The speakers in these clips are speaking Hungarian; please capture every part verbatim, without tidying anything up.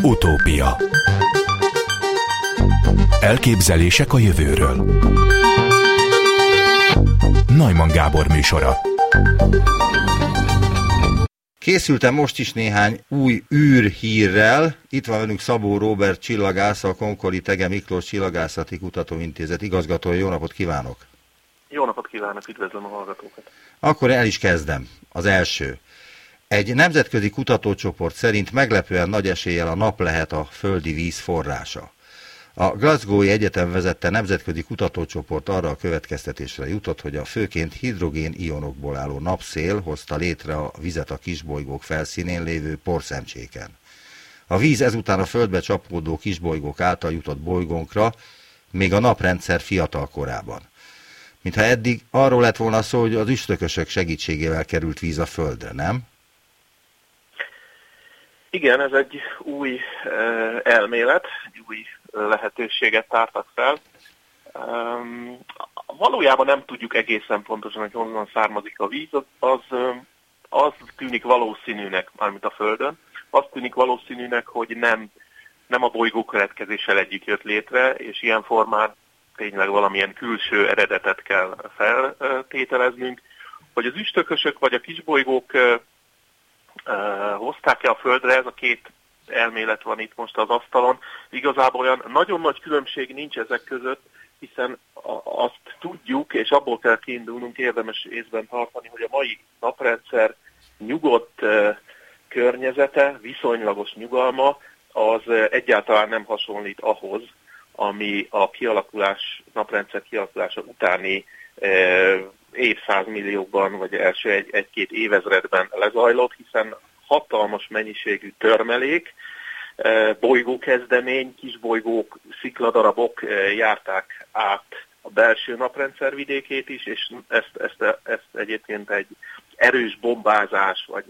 Utópia. Elképzelések a jövőről. Neumann Gábor műsora. Készültem most is néhány új űrhírrel. Itt van velünk Szabó Róbert csillagász, a Konkoli Thege Miklós Csillagászati Kutatóintézet igazgatója. Jó napot kívánok! Jó napot kívánok, üdvözlöm a hallgatókat! Akkor el is kezdem. Az első. Egy nemzetközi kutatócsoport szerint meglepően nagy eséllyel a nap lehet a földi víz forrása. A Glasgow-i Egyetem vezette nemzetközi kutatócsoport arra a következtetésre jutott, hogy a főként hidrogén ionokból álló napszél hozta létre a vizet a kisbolygók felszínén lévő porszemcséken. A víz ezután a földbe csapódó kisbolygók által jutott bolygónkra, még a naprendszer fiatal korában. Mintha eddig arról lett volna szó, hogy az üstökösök segítségével került víz a földre, nem? Igen, ez egy új uh, elmélet, egy új lehetőséget tártak fel. Um, valójában nem tudjuk egészen pontosan, hogy honnan származik a víz, az, az, az tűnik valószínűnek, mármint a Földön, az tűnik valószínűnek, hogy nem, nem a bolygó keletkezéssel együtt jött létre, és ilyen formán tényleg valamilyen külső eredetet kell feltételeznünk, hogy az üstökösök vagy a kisbolygók uh, uh, hozták-e a Földre, ez a két elmélet van itt most az asztalon. Igazából olyan nagyon nagy különbség nincs ezek között, hiszen azt tudjuk, és abból kell kiindulnunk, érdemes észben tartani, hogy a mai naprendszer nyugodt uh, környezete, viszonylagos nyugalma, az uh, egyáltalán nem hasonlít ahhoz, ami a kialakulás, naprendszer kialakulása utáni uh, évszázmilliókban, vagy első egy, egy-két évezredben lezajlott, hiszen hatalmas mennyiségű törmelék, bolygókezdemény, kisbolygók, szikladarabok járták át a belső naprendszer vidékét is, és ezt, ezt, ezt egyébként egy erős bombázás, vagy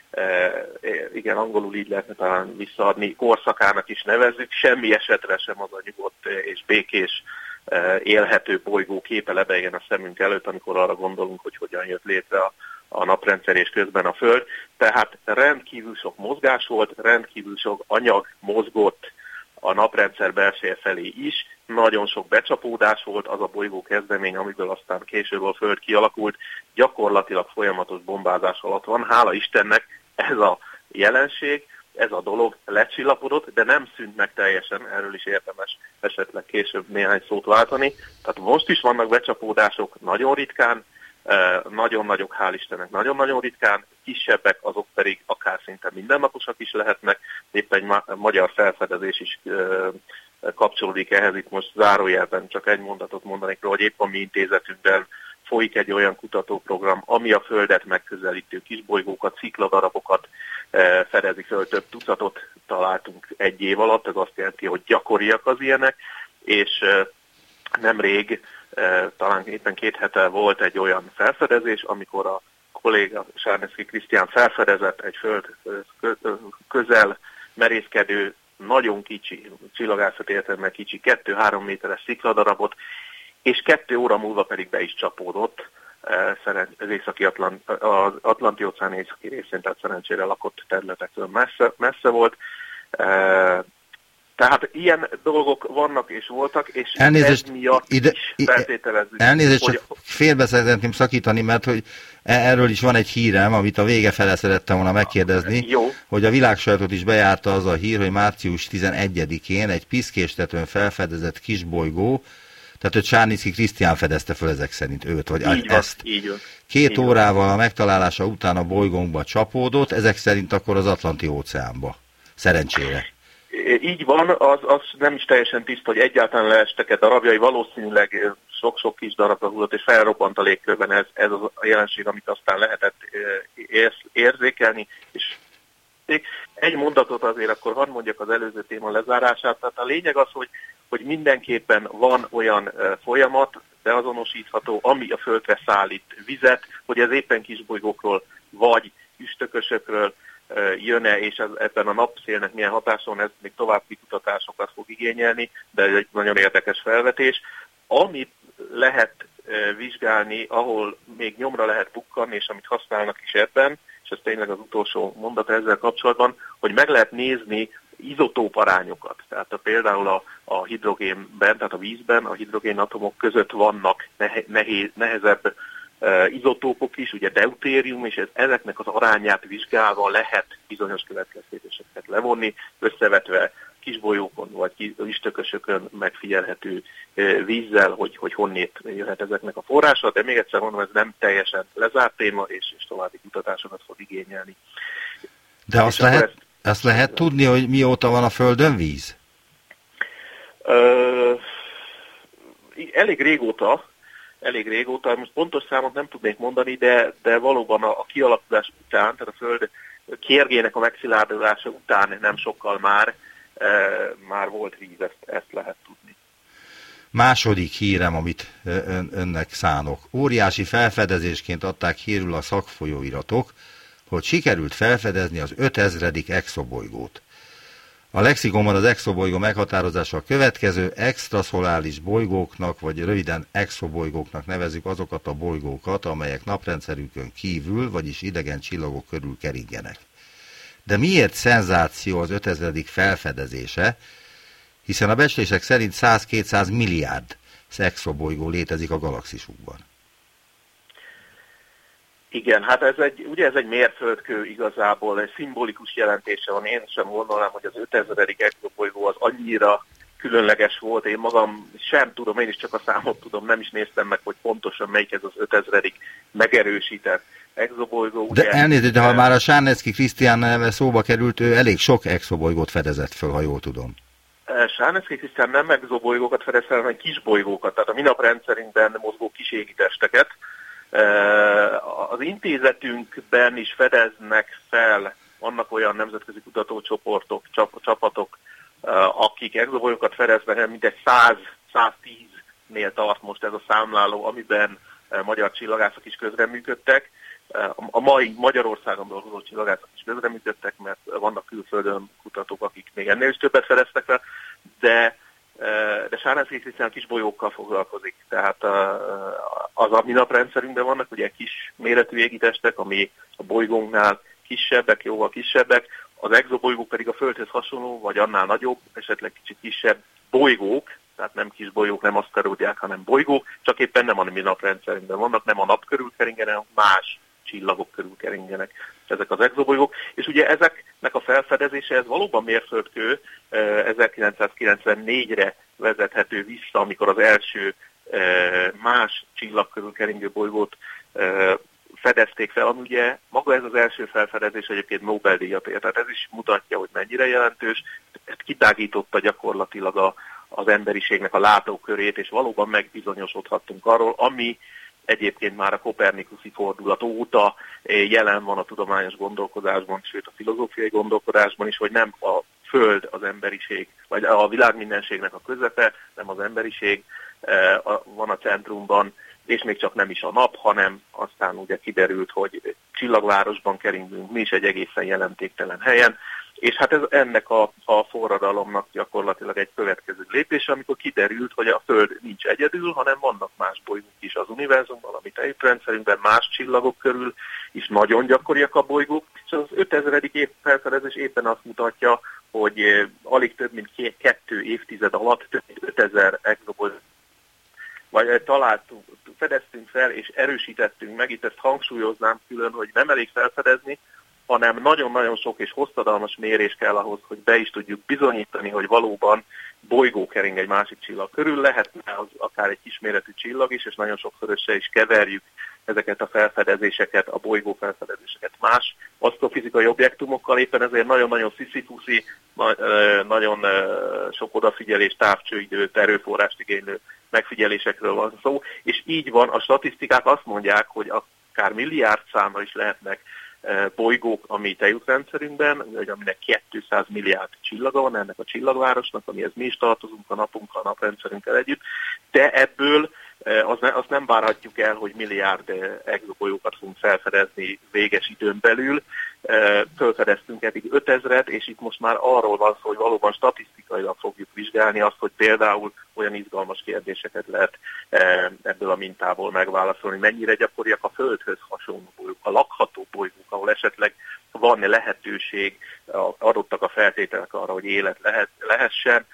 igen, angolul így lehetne talán visszaadni, korszakának is nevezzük, semmi esetre sem az a nyugodt és békés élhető bolygó képe lebegjen a szemünk előtt, amikor arra gondolunk, hogy hogyan jött létre a a naprendszer és közben a Föld. Tehát rendkívül sok mozgás volt, rendkívül sok anyag mozgott a naprendszer belseje felé is, nagyon sok becsapódás volt, az a bolygó kezdemény, amiből aztán később a Föld kialakult, gyakorlatilag folyamatos bombázás alatt van. Hála Istennek ez a jelenség, ez a dolog lecsillapodott, de nem szűnt meg teljesen, erről is érdemes esetleg később néhány szót váltani. Tehát most is vannak becsapódások, nagyon ritkán, nagyon nagyok, hál' Istennek, nagyon-nagyon ritkán, kisebbek, azok pedig akár szinte mindennaposak is lehetnek. Épp egy ma- magyar felfedezés is ö, kapcsolódik ehhez, itt most zárójelben csak egy mondatot mondanék róla, hogy épp a mi intézetünkben folyik egy olyan kutatóprogram, ami a Földet megközelítő kisbolygókat, szikladarabokat ö, fedezi föl, több tucatot találtunk egy év alatt, ez azt jelenti, hogy gyakoriak az ilyenek, és ö, nemrég, talán éppen két hete volt egy olyan felfedezés, amikor a kolléga Sárneczky Krisztián felfedezett egy Föld közel merészkedő, nagyon kicsi, csillagászat értelemben kicsi, kettő-három méteres szikladarabot, és kettő óra múlva pedig be is csapódott az északi Atlant, az Atlanti óceán északi részén, tehát szerencsére lakott területektől messze, messze volt. Tehát ilyen dolgok vannak és voltak, és elnézést, ez miatt ide, is feltételezzük. Elnézést, hogy... csak félbe szeretném szakítani, mert hogy erről is van egy hírem, amit a vége fele szerettem volna megkérdezni, Jó. hogy a világsajtót is bejárta az a hír, hogy március tizenegyedikén egy piszkéstetőn felfedezett kisbolygó, tehát hogy Sárneczky Krisztián fedezte föl ezek szerint őt, vagy így ezt. Van, így van. Két így órával a megtalálása után a bolygónkba csapódott, ezek szerint akkor az Atlanti óceánba. Szerencsére. Így van, az, az nem is teljesen tiszta, hogy egyáltalán leestek-e darabjai, valószínűleg sok-sok kis darabra hullott, és felrobbant a légkörben, ez, ez az a jelenség, amit aztán lehetett érzékelni. És egy mondatot azért akkor hadd mondjak az előző téma lezárását, tehát a lényeg az, hogy, hogy mindenképpen van olyan folyamat, beazonosítható, ami a Földre szállít vizet, hogy ez éppen kisbolygókról vagy üstökösökről jön-e, és ez, ebben a napszélnek milyen hatáson, ez még további kutatásokat fog igényelni, de ez egy nagyon érdekes felvetés. Amit lehet vizsgálni, ahol még nyomra lehet bukkanni, és amit használnak is ebben, és ez tényleg az utolsó mondat ezzel kapcsolatban, hogy meg lehet nézni izotóp arányokat. Tehát a, például a, a hidrogénben, tehát a vízben a hidrogénatomok között vannak nehéz, nehezebb uh, izotópok is, ugye deutérium, és ez, ezeknek az arányát vizsgálva lehet bizonyos következtetéseket levonni, összevetve kisbolyókon vagy üstökösökön megfigyelhető uh, vízzel, hogy, hogy honnét jöhet ezeknek a forrása, de még egyszer mondom, ez nem teljesen lezárt téma, és, és további kutatásokat fog igényelni. De azt lehet, ezt, azt lehet tudni, hogy mióta van a Földön víz? Ö, elég régóta, elég régóta, most pontos számot nem tudnék mondani, de, de valóban a, a kialakulás után, tehát a Föld kérgének a megszilárdulása után nem sokkal már, e, már volt víz, ezt, ezt lehet tudni. Második hírem, amit ön, önnek szánok. Óriási felfedezésként adták hírül a szakfolyóiratok, hogy sikerült felfedezni az ötezredik exobolygót. A lexikonban az exobolygó meghatározása a következő: extraszoláris bolygóknak, vagy röviden exobolygóknak nevezzük azokat a bolygókat, amelyek naprendszerünkön kívül, vagyis idegen csillagok körül keringenek. De miért szenzáció az ötezredik felfedezése, hiszen a becslések szerint száz-kétszáz milliárd exobolygó létezik a galaxisukban. Igen, hát ez egy, ugye ez egy mérföldkő igazából, egy szimbolikus jelentése van. Én sem gondolnám, hogy az ötezredik exobolygó az annyira különleges volt. Én magam sem tudom, én is csak a számot tudom, nem is néztem meg, hogy pontosan melyik ez az ötezredik megerősített exobolygó. De elnézést, de ha már a Sárneczky Krisztián neve szóba került, ő elég sok exobolygót fedezett föl, ha jól tudom. Sárneczky Krisztián nem exobolygókat fedez fel, hanem kisbolygókat, tehát a mi naprendszerünkben mozgó kis égitesteket. Az intézetünkben is fedeznek fel, vannak olyan nemzetközi kutatócsoportok, csapatok, akik exobolygókat fedeznek, mintegy száz-száztíznél tart most ez a számláló, amiben magyar csillagászok is közreműködtek. A mai Magyarországon dolgozó csillagászok is közreműködtek, mert vannak külföldön kutatók, akik még ennél is többet fedeztek fel, de de Sárneczky Krisztián kisbolygókkal foglalkozik. Tehát az a mi naprendszerünkben vannak ugye kis méretű égitestek, ami a bolygónknál kisebbek, jóval kisebbek, az exobolygók pedig a Földhöz hasonló, vagy annál nagyobb, esetleg kicsit kisebb bolygók, tehát nem kisbolygók, nem aszteroidák, hanem bolygók, csak éppen nem a mi naprendszerünkben vannak, nem a nap körül keringenek, más csillagok körül keringenek ezek az exobolygók, és ugye ezeknek a felfedezése, ez valóban mérföldkő, ezerkilencszázkilencvennégyre vezethető vissza, amikor az első más csillag körül keringő bolygót fedezték fel, ami ugye maga ez az első felfedezés egyébként Nobel-díjat ért, tehát ez is mutatja, hogy mennyire jelentős, ezt kitágította gyakorlatilag a, az emberiségnek a látókörét, és valóban megbizonyosodhattunk arról, ami egyébként már a kopernikuszi fordulat óta jelen van a tudományos gondolkodásban, sőt a filozófiai gondolkodásban is, hogy nem a Föld az emberiség, vagy a világmindenségnek a közepe, nem az emberiség van a centrumban, és még csak nem is a nap, hanem aztán ugye kiderült, hogy csillagvárosban keringünk, mi is egy egészen jelentéktelen helyen, és hát ez ennek a, a forradalomnak gyakorlatilag egy következő lépése, amikor kiderült, hogy a Föld nincs egyedül, hanem vannak más bolygók is az univerzumban, amit tejútrendszerünkben, más csillagok körül is nagyon gyakoriak a bolygók, és az ötezredik felfedezés éppen azt mutatja, hogy alig több mint két, kettő évtized alatt több mint ötezer exobolygót vagy találtunk, fedeztünk fel és erősítettünk meg, itt ezt hangsúlyoznám külön, hogy nem elég felfedezni, hanem nagyon-nagyon sok és hosszadalmas mérés kell ahhoz, hogy be is tudjuk bizonyítani, hogy valóban bolygó kering egy másik csillag körül, lehetne az akár egy kisméretű csillag is, és nagyon sokszor össze is keverjük ezeket a felfedezéseket, a bolygó felfedezéseket más asztrofizikai objektumokkal, éppen ezért nagyon-nagyon sziszifuszi, nagyon sok odafigyelés, távcsőidőt, erőforrást igénylő megfigyelésekről van szó, és így van, a statisztikák azt mondják, hogy akár milliárd számra is lehetnek bolygók a mi tejútrendszerünkben, aminek kétszáz milliárd csillaga van ennek a csillagvárosnak, amihez mi is tartozunk a napunkkal, a naprendszerünkkel együtt, de ebből azt, ne, azt nem várhatjuk el, hogy milliárd exobolygókat fogunk felfedezni véges időn belül. Fölfedeztünk eddig ötezret, és itt most már arról van szó, hogy valóban statisztikailag fogjuk vizsgálni azt, hogy például olyan izgalmas kérdéseket lehet ebből a mintából megválaszolni, mennyire gyakoriak a Földhöz hasonló bolygók, a lakható bolygók, ahol esetleg van lehetőség, adottak a feltételek arra, hogy élet lehet, lehessen.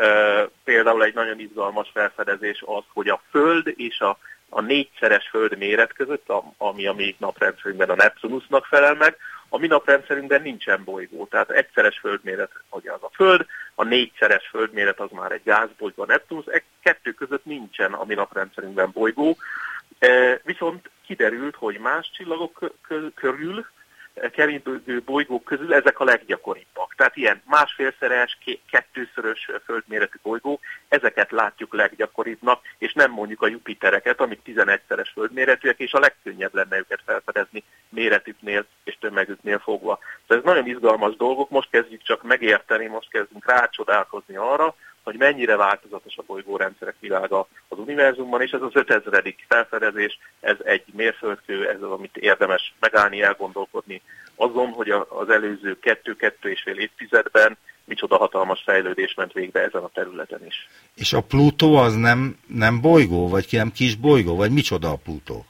Például egy nagyon izgalmas felfedezés az, hogy a Föld és a, a négyszeres Föld méret között, ami a mi naprendszerünkben a Neptunusnak felel meg, a mi naprendszerünkben nincsen bolygó. Tehát egyszeres földméret, hogy az a Föld, a négyszeres földméret az már egy gázbolygó, a Neptunus, e kettő között nincsen a mi naprendszerünkben bolygó. E, viszont kiderült, hogy más csillagok körül, keringő bolygók közül ezek a leggyakoribbak. Tehát ilyen másfélszeres, kettőszörös földméretű bolygók, ezeket látjuk leggyakoribbnak, és nem mondjuk a Jupitereket, amik tizenegyszeres földméretűek, és a legkönnyebb lenne őket felfedezni méretüknél és tömegüknél fogva. Tehát ez nagyon izgalmas dolgok, most kezdjük csak megérteni, most kezdünk rácsodálkozni arra, hogy mennyire változatos a bolygórendszerek világa az univerzumban, és ez az ötezredik felfedezés, ez egy mérföldkő, ez az, amit érdemes megállni, elgondolkodni azon, hogy az előző kettő-kettő és fél évtizedben micsoda hatalmas fejlődés ment végbe ezen a területen is. És a Plutó az nem, nem bolygó, vagy nem kis bolygó, vagy micsoda a Plutó?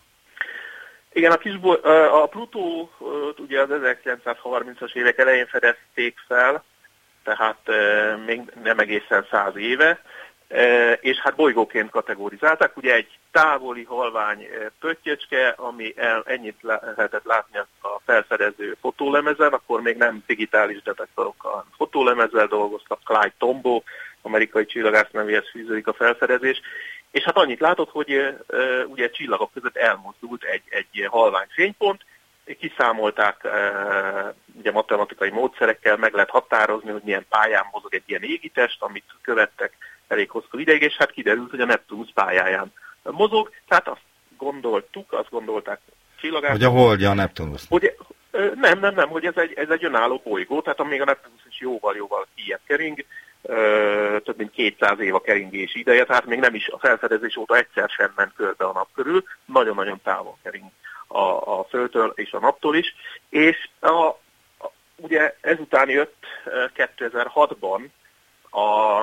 Igen, a, kis boly- a Plutó ugye az ezerkilencszázharmincas évek elején fedezték fel, tehát e, még nem egészen száz éve, e, és hát bolygóként kategorizálták. Ugye egy távoli halvány pöttyöcske, ami el, ennyit lehetett látni a felfedező fotólemezen, akkor még nem digitális detektorokkal, hanem fotólemezzel dolgoztak, Clyde Tombaugh, amerikai csillagász nevéhez fűződik a felfedezés, és hát annyit látott, hogy e, ugye csillagok között elmozdult egy, egy halvány fénypont, kiszámolták e, ugye matematikai módszerekkel, meg lehet határozni, hogy milyen pályán mozog egy ilyen égitest, amit követtek elég hosszú ideig, és hát kiderült, hogy a Neptunus pályáján mozog, tehát azt gondoltuk, azt gondolták csillagászok. Hogy a holdja a Neptunus. Hogy, e, nem, nem, nem, hogy ez egy, ez egy önálló bolygó, tehát amíg a Neptunus is jóval-jóval kijebb kering, e, több mint kétszáz év a keringés ideje, tehát még nem is a felfedezés óta egyszer sem ment körbe a nap körül, nagyon-nagyon távol kering a, a Földtől és a naptól is, és a, a, ugye ezután jött kétezer-hatban a,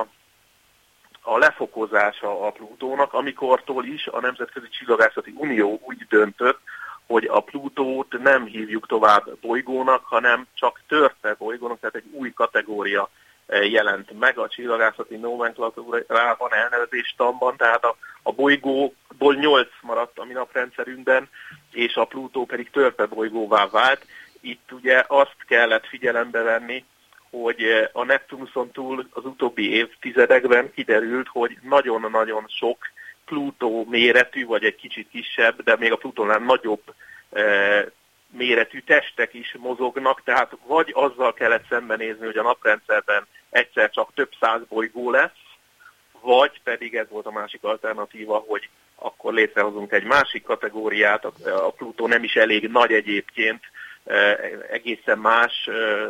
a lefokozása a Plutónak, amikortól is a Nemzetközi Csillagászati Unió úgy döntött, hogy a Plutót nem hívjuk tovább bolygónak, hanem csak törpe bolygónak, tehát egy új kategória jelent meg a csillagászati nomenklatúrában, elnevezéstamban, tehát a, a bolygóból nyolc maradt a mi naprendszerünkben, és a Plutó pedig törpe bolygóvá vált. Itt ugye azt kellett figyelembe venni, hogy a Neptunuson túl az utóbbi évtizedekben kiderült, hogy nagyon-nagyon sok Plutó méretű, vagy egy kicsit kisebb, de még a Plutónál nagyobb eh, méretű testek is mozognak, tehát vagy azzal kellett szembenézni, hogy a naprendszerben egyszer csak több száz bolygó lesz, vagy pedig ez volt a másik alternatíva, hogy akkor létrehozunk egy másik kategóriát, a Plutó nem is elég nagy egyébként, egészen más,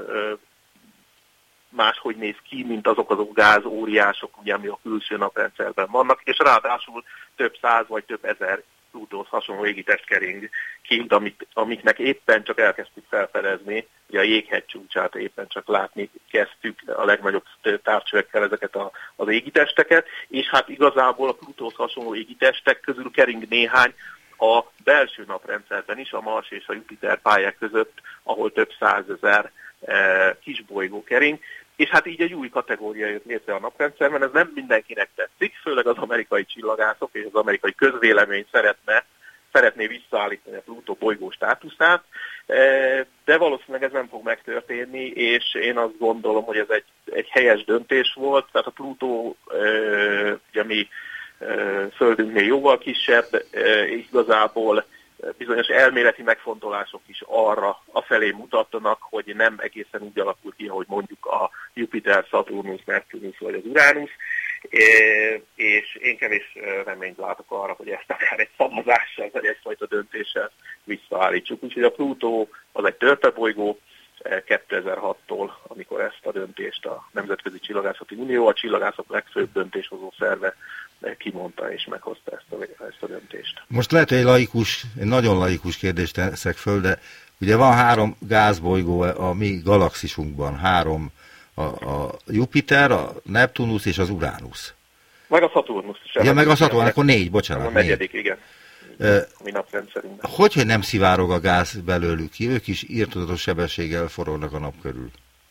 máshogy néz ki, mint azok azok gázóriások, ugye, ami a külső naprendszerben vannak, és ráadásul több száz vagy több ezer Plutóhoz hasonló égitest kering kint, amik, amiknek éppen csak elkezdtük felfedezni, ugye a jéghegy csúcsát éppen csak látni kezdtük a legnagyobb távcsövekkel ezeket a, az égitesteket, és hát igazából a Plutóhoz hasonló égitestek közül kering néhány a belső naprendszerben is, a Mars és a Jupiter pályák között, ahol több százezer e, kisbolygó kering, és hát így egy új kategória jött létre a naprendszerben, ez nem mindenkinek tetszik, főleg az amerikai csillagászok és az amerikai közvélemény szeretne, szeretné visszaállítani a Plutó bolygó státuszát, de valószínűleg ez nem fog megtörténni, és én azt gondolom, hogy ez egy, egy helyes döntés volt, tehát a Plutó, ugye mi Földünknél jóval kisebb, igazából bizonyos elméleti megfontolások is arra afelé mutatnak, hogy nem egészen úgy alakul ki, ahogy mondjuk a Jupiter, Saturnus, Neptunus vagy az Uranus, és én kevés reményt látok arra, hogy ezt akár egy szavazással vagy egyfajta döntéssel visszaállítsuk. Úgyhogy a Plutó az egy törpebolygó kétezer-hattól, amikor ezt a döntést a Nemzetközi Csillagászati Unió, a csillagászok legfőbb döntéshozó szerve kimondta és meghozta ezt a, ezt a döntést. Most lehet, hogy egy laikus, egy nagyon laikus kérdést teszek föl, de ugye van három gázbolygó a mi galaxisunkban, három, a, a Jupiter, a Neptunus és az Uranus. Meg a Saturnus. Ja, meg a Saturnus, akkor négy, bocsánat. A negyedik, négy. Igen. a mi naprendszerünkben. Hogy, hogy nem szivárog a gáz belőlük ki? Ők is írtózatos sebességgel forognak a nap körül.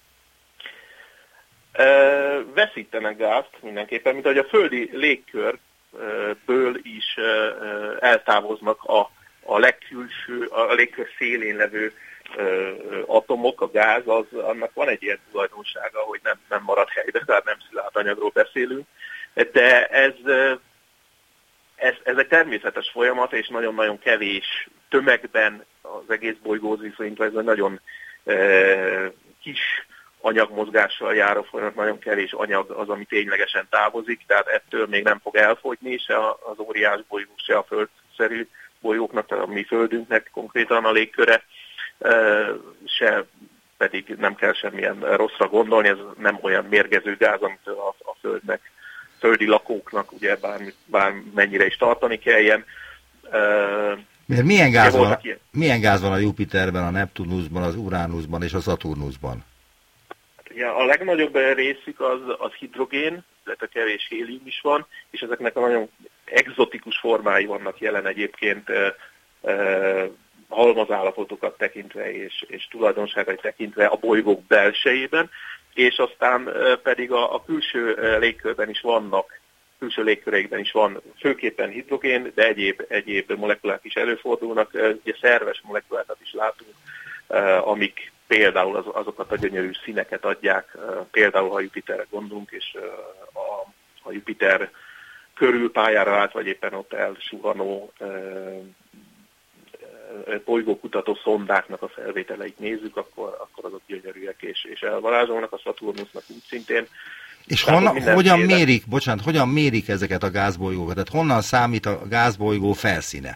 Veszítenek gázt mindenképpen, mint ahogy a földi légkörből is eltávoznak a, a legkülső, a légkör szélén levő atomok, a gáz, az, annak van egy ilyen tulajdonsága, hogy nem, nem marad helyben, tehát nem szilárd anyagról beszélünk, de ez, ez, ez egy természetes folyamat, és nagyon-nagyon kevés tömegben az egész bolygóhoz viszonyítva, ez egy nagyon kis anyagmozgással járó folyamat, nagyon kevés anyag az, ami ténylegesen távozik, tehát ettől még nem fog elfogyni se az óriás bolygók, se a földszerű bolygóknak, tehát a mi földünknek konkrétan a légköre, se pedig nem kell semmilyen rosszra gondolni, ez nem olyan mérgező gáz, amit a, a földnek, földi lakóknak ugye bármi, bármennyire is tartani kelljen. Mert milyen gáz, van, milyen gáz van a Jupiterben, a Neptunusban, az Uránuszban és a Szaturnusban? Ja, a legnagyobb részük az, az hidrogén, illetve kevés hélium is van, és ezeknek a nagyon egzotikus formái vannak jelen egyébként e, e, halmazállapotokat tekintve és, és tulajdonságait tekintve a bolygók belsejében, és aztán e, pedig a, a külső légkörben is vannak, külső légköreikben is van főképpen hidrogén, de egyéb, egyéb molekulák is előfordulnak, ugye szerves molekulákat is látunk, e, amik például az, azokat a gyönyörű színeket adják, például ha Jupiterre gondolunk, és a, a Jupiter körül pályára állt, vagy éppen ott elsuhanó bolygókutató szondáknak a felvételeit nézzük, akkor, akkor azok gyönyörűek és, és elvarázsolnak, a Saturnusnak úgy szintén. És honnan, hogyan mérik, bocsánat, hogyan mérik ezeket a gázbolygókat? Tehát honnan számít a gázbolygó felszíne?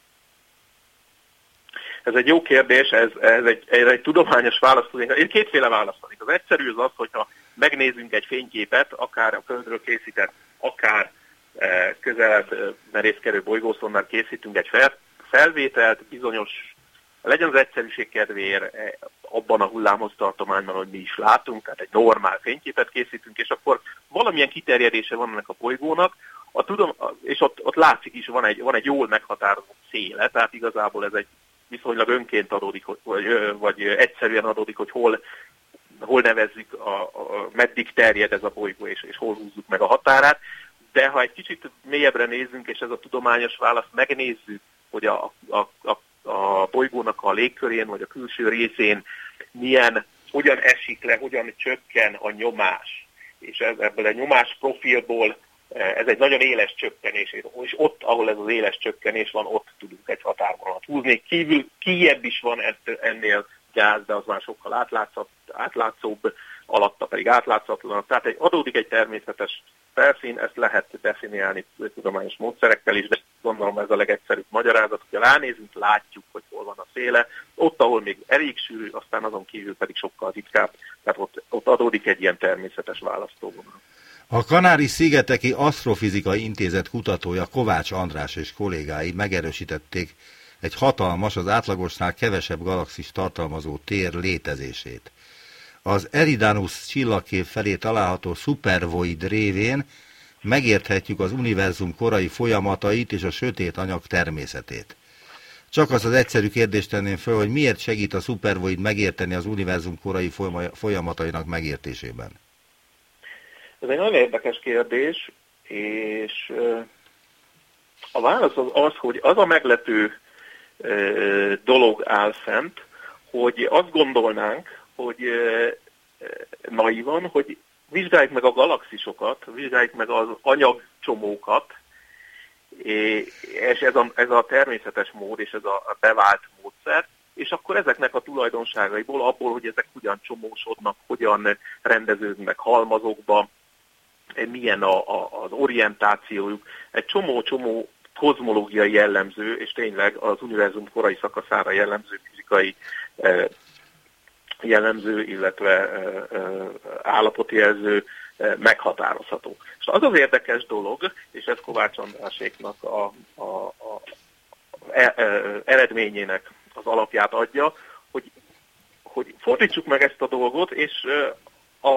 Ez egy jó kérdés, ez, ez, egy, ez egy tudományos válasz. Én kétféle választanék. Az egyszerű az az, hogyha megnézzünk egy fényképet, akár a Földről készített, akár e, közelebb merészkedő bolygószonnal készítünk egy fel, felvételt, bizonyos, legyen az egyszerűség kedvéért e, abban a hullámhoztartományban, hogy mi is látunk, tehát egy normál fényképet készítünk, és akkor valamilyen kiterjedése van ennek a bolygónak, a tudom, és ott, ott látszik is, van egy, van egy jól meghatározott széle, tehát igazából ez egy viszonylag önként adódik, vagy, vagy egyszerűen adódik, hogy hol, hol nevezzük, a, a, meddig terjed ez a bolygó, és, és hol húzzuk meg a határát. De ha egy kicsit mélyebbre nézzünk, és ez a tudományos válasz, megnézzük, hogy a, a, a, a bolygónak a légkörén, vagy a külső részén milyen, hogyan esik le, hogyan csökken a nyomás. És ez, ebből a nyomás profilból ez egy nagyon éles csökkenés, és ott, ahol ez az éles csökkenés van, ott tudunk egy határvonalat húzni. Kívül, kijebb is van ennél gáz, de az már sokkal átlátszóbb, alatta pedig átlátszatlan. Tehát egy, adódik egy természetes felszín, ezt lehet definiálni tudományos módszerekkel is, de gondolom ez a legegyszerűbb magyarázat, hogyha ránézünk, látjuk, hogy hol van a széle, ott, ahol még elég sűrű, aztán azon kívül pedig sokkal ritkább, tehát ott, ott adódik egy ilyen természetes választóvonal. A Kanári-szigeteki Asztrofizikai Intézet kutatója Kovács András és kollégái megerősítették egy hatalmas, az átlagosnál kevesebb galaxis tartalmazó tér létezését. Az Eridanus csillagkép felé található szupervoid révén megérthetjük az univerzum korai folyamatait és a sötét anyag természetét. Csak az az egyszerű kérdést tenném föl, hogy miért segít a szupervoid megérteni az univerzum korai folyamatainak megértésében? Ez egy nagyon érdekes kérdés, és a válasz az az, hogy az a meglepő dolog áll fent, hogy azt gondolnánk, hogy naivan, hogy vizsgáljuk meg a galaxisokat, vizsgáljuk meg az anyagcsomókat, és ez a, ez a természetes mód, és ez a bevált módszer, és akkor ezeknek a tulajdonságaiból, abból, hogy ezek hogyan csomósodnak, hogyan rendeződnek halmazokba, milyen a, a, az orientációjuk, egy csomó-csomó kozmológiai jellemző, és tényleg az univerzum korai szakaszára jellemző fizikai eh, jellemző, illetve eh, eh, állapotjelző eh, meghatározható. És az az érdekes dolog, és ez Kovács Andráséknak a, a, a, a e, eredményének az alapját adja, hogy, hogy fordítsuk meg ezt a dolgot, és a,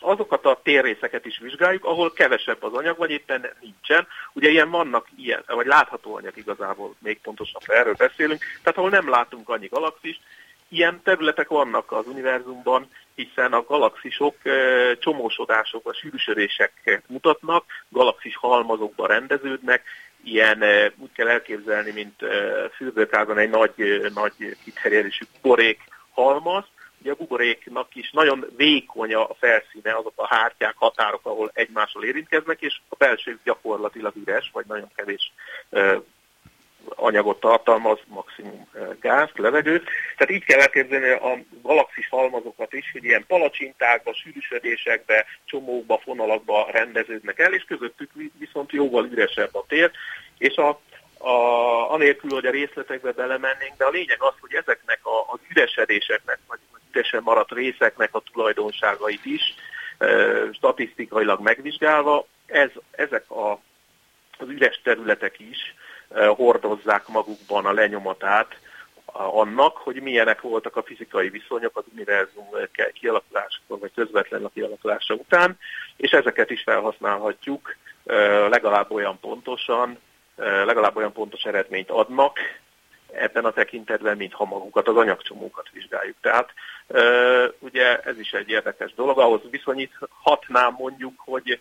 azokat a térrészeket is vizsgáljuk, ahol kevesebb az anyag, vagy éppen nincsen. Ugye ilyen vannak ilyen, vagy látható anyag igazából, még pontosabban erről beszélünk, tehát ahol nem látunk annyi galaxist. Ilyen területek vannak az univerzumban, hiszen a galaxisok csomósodásokban, sűrűsödéseket mutatnak, galaxis halmazokban rendeződnek, ilyen úgy kell elképzelni, mint fürdőkádban egy nagy, nagy kiterjedésű buborék halmaz. Ugye a buboréknak is nagyon vékony a felszíne, azok a hártyák, határok, ahol egymással érintkeznek, és a belső gyakorlatilag üres, vagy nagyon kevés anyagot tartalmaz, maximum gázt, levegőt. Tehát így kell elképzelni a galaxis halmazokat is, hogy ilyen palacsintákba, sűrűsödésekbe, csomókba, fonalakba rendeződnek el, és közöttük viszont jóval üresebb a tér, és a, a, anélkül, hogy a részletekbe belemennénk, de a lényeg az, hogy ezeknek a, az üresedéseknek, vagy üresen maradt részeknek a tulajdonságait is e, statisztikailag megvizsgálva, ez, ezek a, az üres területek is hordozzák magukban a lenyomatát annak, hogy milyenek voltak a fizikai viszonyok az univerzum kialakulásakor, vagy közvetlen a kialakulása után, és ezeket is felhasználhatjuk legalább olyan pontosan, legalább olyan pontos eredményt adnak ebben a tekintetben, mint ha magukat, az anyagcsomókat vizsgáljuk. Tehát ugye ez is egy érdekes dolog, ahhoz viszonyíthatnám mondjuk, hogy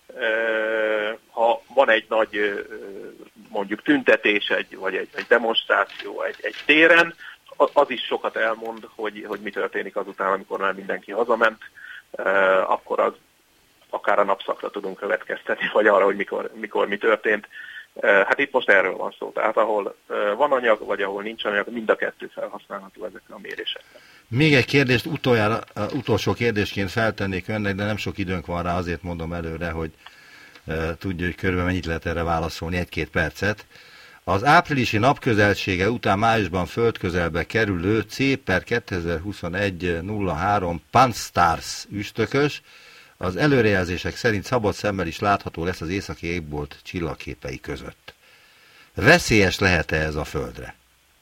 ha van egy nagy mondjuk tüntetés, egy, vagy egy, egy demonstráció egy, egy téren, az is sokat elmond, hogy, hogy mi történik azután, amikor már mindenki hazament, akkor az akár a napszakra tudunk következtetni, vagy arra, hogy mikor, mikor mi történt. Hát itt most erről van szó, tehát ahol van anyag, vagy ahol nincs anyag, mind a kettő felhasználható ezekre a mérésekre. Még egy kérdést utoljára, utolsó kérdésként feltennék önnek, de nem sok időnk van rá, azért mondom előre, hogy e, tudja, hogy körülbelül mennyit lehet erre válaszolni, egy-két percet. Az áprilisi napközelsége után májusban földközelbe kerülő C per kétezer-huszonegy nulla három Pan-STARRS üstökös az előrejelzések szerint szabad szemmel is látható lesz az északi égbolt csillagképei között. Veszélyes lehet-e ez a Földre?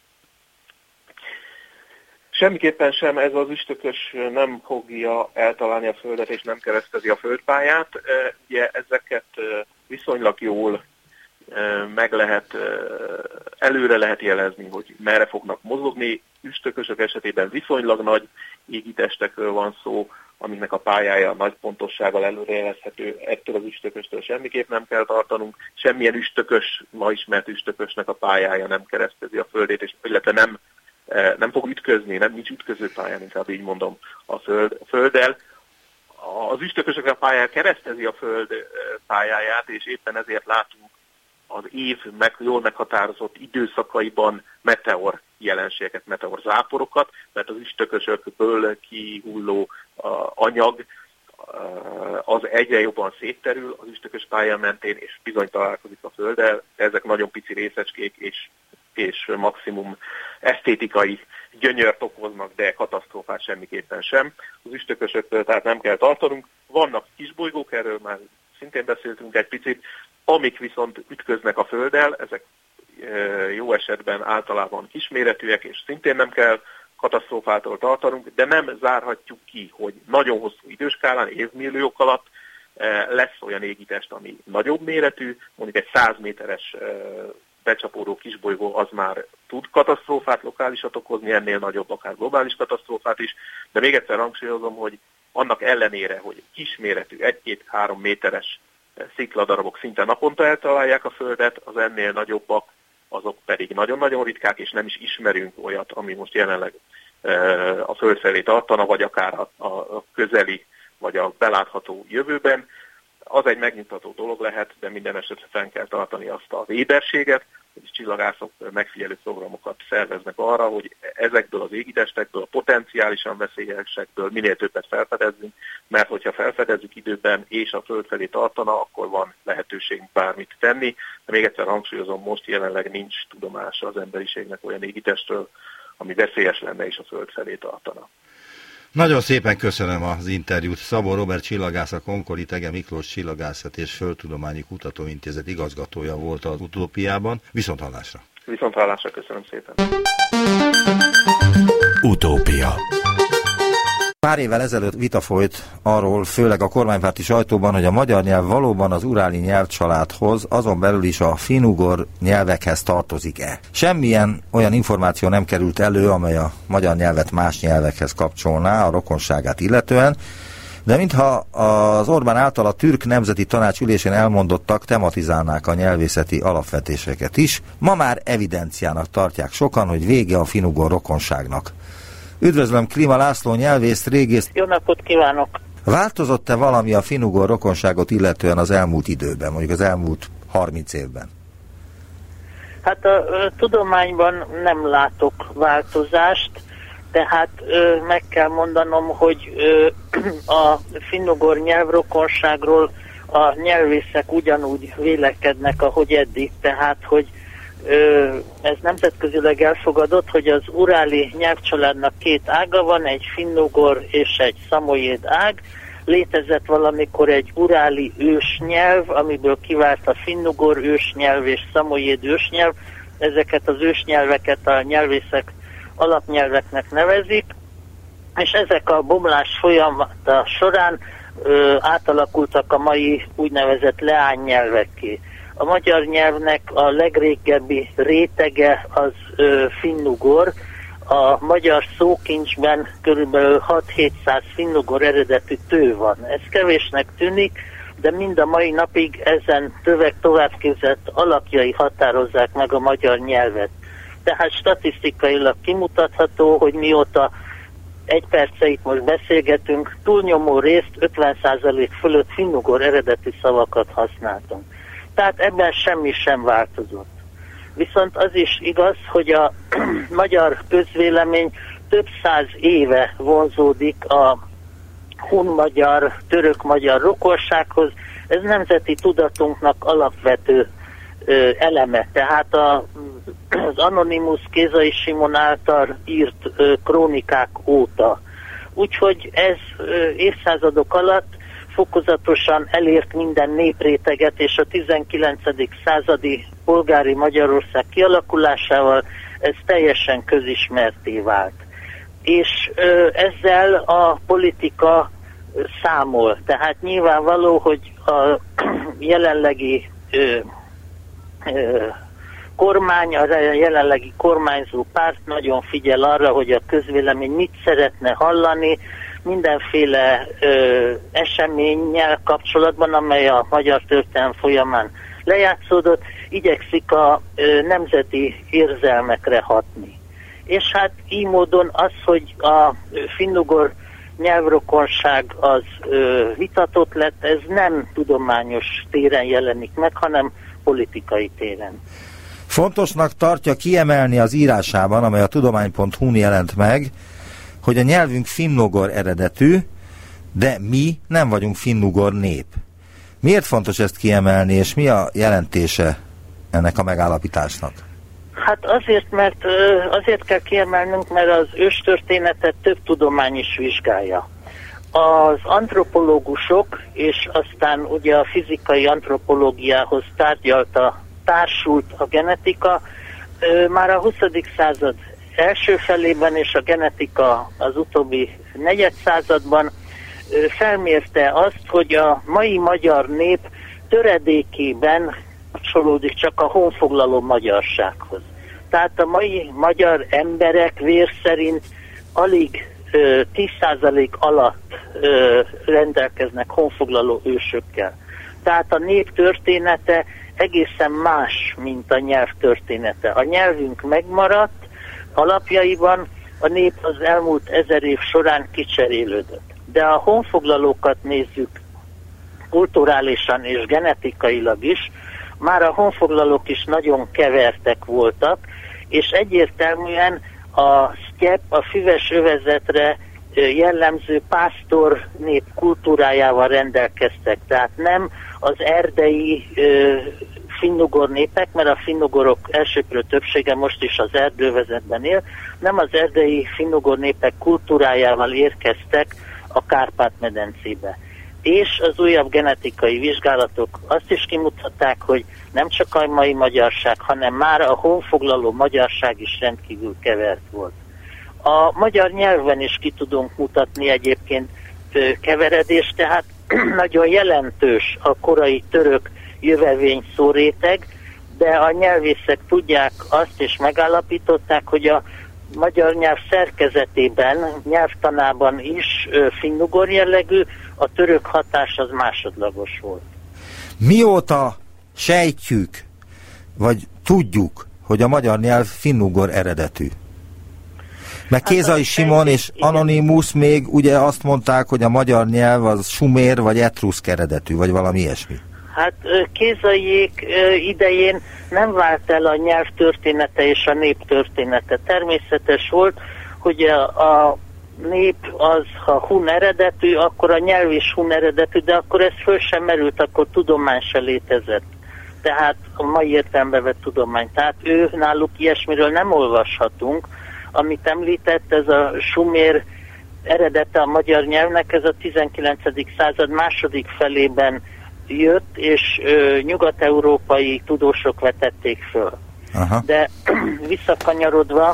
Semmiképpen sem, ez az üstökös nem fogja eltalálni a Földet, és nem keresztezi a földpályát. Ugye ezeket viszonylag jól meg lehet, előre lehet jelezni, hogy merre fognak mozogni. Üstökösök esetében viszonylag nagy égitestekről van szó, amiknek a pályája nagy pontossággal előrejelezhető. Ettől az üstököstől semmiképp nem kell tartanunk. Semmilyen üstökös, ma ismert üstökösnek a pályája nem keresztezi a Földét, és illetve nem nem fog ütközni, nem nincs ütközőpályán, inkább így mondom, a, föld, a Földdel. Az üstökösökre a pályája keresztezi a Föld pályáját, és éppen ezért látunk az év meg, jól meghatározott időszakaiban meteor jelenségeket, meteor záporokat, mert az üstökösökből kihulló anyag az egyre jobban szétterül az üstökös pálya mentén, és bizony találkozik a Földdel. Ezek nagyon pici részecskék, és és maximum esztétikai gyönyört okoznak, de katasztrófát semmiképpen sem. Az üstökösöktől tehát nem kell tartanunk. Vannak kisbolygók, erről már szintén beszéltünk egy picit, amik viszont ütköznek a Földdel, ezek jó esetben általában kisméretűek, és szintén nem kell katasztrófától tartanunk, de nem zárhatjuk ki, hogy nagyon hosszú időskálán, évmilliók alatt lesz olyan égitest, ami nagyobb méretű, mondjuk egy száz méteres becsapódó kisbolygó az már tud katasztrófát lokálisat okozni, ennél nagyobb, akár globális katasztrófát is, de még egyszer hangsúlyozom, hogy annak ellenére, hogy kisméretű, egy-két-három méteres szikladarabok szinte naponta eltalálják a Földet, az ennél nagyobbak, azok pedig nagyon-nagyon ritkák, és nem is ismerünk olyat, ami most jelenleg a Föld felé tartana, vagy akár a, a közeli, vagy a belátható jövőben. Az egy megnyugtató dolog lehet, de minden esetre fenn kell tartani azt az éberséget, hogy csillagászok megfigyelő programokat szerveznek arra, hogy ezekből az égitestekből, a potenciálisan veszélyesekből minél többet felfedezzünk, mert hogyha felfedezzük időben és a Föld felé tartana, akkor van lehetőségünk bármit tenni. De még egyszer hangsúlyozom, most jelenleg nincs tudomása az emberiségnek olyan égitestről, ami veszélyes lenne és a Föld felé tartana. Nagyon szépen köszönöm az interjút. Szabó Róbert csillagász, a Konkoli Thege Miklós Csillagászat és Földtudományi Kutatóintézet igazgatója volt az Utópiában. Viszont hallásra! Viszont hallásra, köszönöm szépen! Utópia. Pár évvel ezelőtt vita folyt arról, főleg a kormánypárti sajtóban, hogy a magyar nyelv valóban az uráli nyelvcsaládhoz, azon belül is a finnugor nyelvekhez tartozik-e. Semmilyen olyan információ nem került elő, amely a magyar nyelvet más nyelvekhez kapcsolná a rokonságát illetően, de mintha az Orbán által a Türk Nemzeti Tanács ülésén elmondottak tematizálnák a nyelvészeti alapvetéseket is, ma már evidenciának tartják sokan, hogy vége a finnugor rokonságnak. Üdvözlöm, Klima László nyelvész, régész. Jó napot kívánok! Változott-e valami a finnugor rokonságot illetően az elmúlt időben, mondjuk az elmúlt harminc évben? Hát a, a tudományban nem látok változást, tehát ö, meg kell mondanom, hogy ö, a finnugor nyelvrokonságról a nyelvészek ugyanúgy vélekednek, ahogy eddig, tehát hogy ö, ez nemzetközileg elfogadott, hogy az uráli nyelvcsaládnak két ága van, egy finnugor és egy szamoyéd ág. Létezett valamikor egy uráli ősnyelv, amiből kivált a finnugor ősnyelv és szamoyéd ősnyelv. Ezeket az ősnyelveket a nyelvészek alapnyelveknek nevezik, és ezek a bomlás folyamata során ö, átalakultak a mai úgynevezett leánynyelvekké. A magyar nyelvnek a legrégebbi rétege az ö, finnugor. A magyar szókincsben körülbelül hat-hétszáz finnugor eredetű tő van. Ez kevésnek tűnik, de mind a mai napig ezen tövek továbbképzett alapjai határozzák meg a magyar nyelvet. Tehát statisztikailag kimutatható, hogy mióta egy perce itt most beszélgetünk, túlnyomó részt ötven százalék fölött finnugor eredetű szavakat használtunk. Tehát ebben semmi sem változott. Viszont az is igaz, hogy a magyar közvélemény több száz éve vonzódik a hun-magyar, török-magyar rokonsághoz. Ez nemzeti tudatunknak alapvető ö, eleme. Tehát a, az Anonymous Kézai Simon által írt ö, krónikák óta. Úgyhogy ez ö, évszázadok alatt fokozatosan elért minden népréteget, és a tizenkilencedik századi polgári Magyarország kialakulásával ez teljesen közismerté vált. És ö, ezzel a politika ö, számol. Tehát nyilvánvaló, hogy a jelenlegi ö, ö, kormány, a jelenlegi kormányzó párt nagyon figyel arra, hogy a közvélemény mit szeretne hallani, mindenféle ö, eseménnyel kapcsolatban, amely a magyar történelem folyamán lejátszódott, igyekszik a ö, nemzeti érzelmekre hatni. És hát így módon az, hogy a finnugor nyelvrokonság az ö, vitatott lett, ez nem tudományos téren jelenik meg, hanem politikai téren. Fontosnak tartja kiemelni az írásában, amely a tudomány pont hu-n jelent meg, hogy a nyelvünk finnugor eredetű, de mi nem vagyunk finnugor nép. Miért fontos ezt kiemelni, és mi a jelentése ennek a megállapításnak? Hát azért, mert azért kell kiemelnünk, mert az őstörténetet több tudomány is vizsgálja. Az antropológusok, és aztán ugye a fizikai antropológiához tárgyalta, társult a genetika, már a huszadik század első felében és a genetika az utóbbi negyed században felmérte azt, hogy a mai magyar nép töredékében kapcsolódik csak a honfoglaló magyarsághoz. Tehát a mai magyar emberek vér szerint alig ö, tíz százalék alatt ö, rendelkeznek honfoglaló ősökkel. Tehát a nép története egészen más, mint a nyelv története. A nyelvünk megmaradt, alapjaiban a nép az elmúlt ezer év során kicserélődött. De a honfoglalókat nézzük kulturálisan és genetikailag is, már a honfoglalók is nagyon kevertek voltak, és egyértelműen a sztyepp, a füves övezetre jellemző pásztor nép kultúrájával rendelkeztek. Tehát nem az erdei ö, finnugor népek, mert a finnugorok elsőprő többsége most is az erdővezetben él, nem az erdei finnugor népek kultúrájával érkeztek a Kárpát-medencébe. És az újabb genetikai vizsgálatok azt is kimutatták, hogy nem csak a mai magyarság, hanem már a honfoglaló magyarság is rendkívül kevert volt. A magyar nyelven is ki tudunk mutatni egyébként keveredést, tehát nagyon jelentős a korai török jövevény szóréteg, de a nyelvészek tudják azt, és megállapították, hogy a magyar nyelv szerkezetében, nyelvtanában is finnugor jellegű, a török hatás az másodlagos volt. Mióta sejtjük, vagy tudjuk, hogy a magyar nyelv finnugor eredetű? Mert Kézai Simon és Anonymous még ugye azt mondták, hogy a magyar nyelv az sumér vagy etruszk eredetű, vagy valami ilyesmi. Hát Kézaiék idején nem vált el a nyelv története és a nép története. Természetes volt, hogy a, a nép az, ha hun eredetű, akkor a nyelv is hun eredetű, de akkor ez föl sem merült, akkor tudomány se létezett. Tehát a mai értelembe vett tudomány. Tehát ő náluk ilyesmiről nem olvashatunk. Amit említett, ez a sumér eredete a magyar nyelvnek, ez a tizenkilencedik század második felében jött, és ö, nyugat-európai tudósok vetették föl. Aha. De visszakanyarodva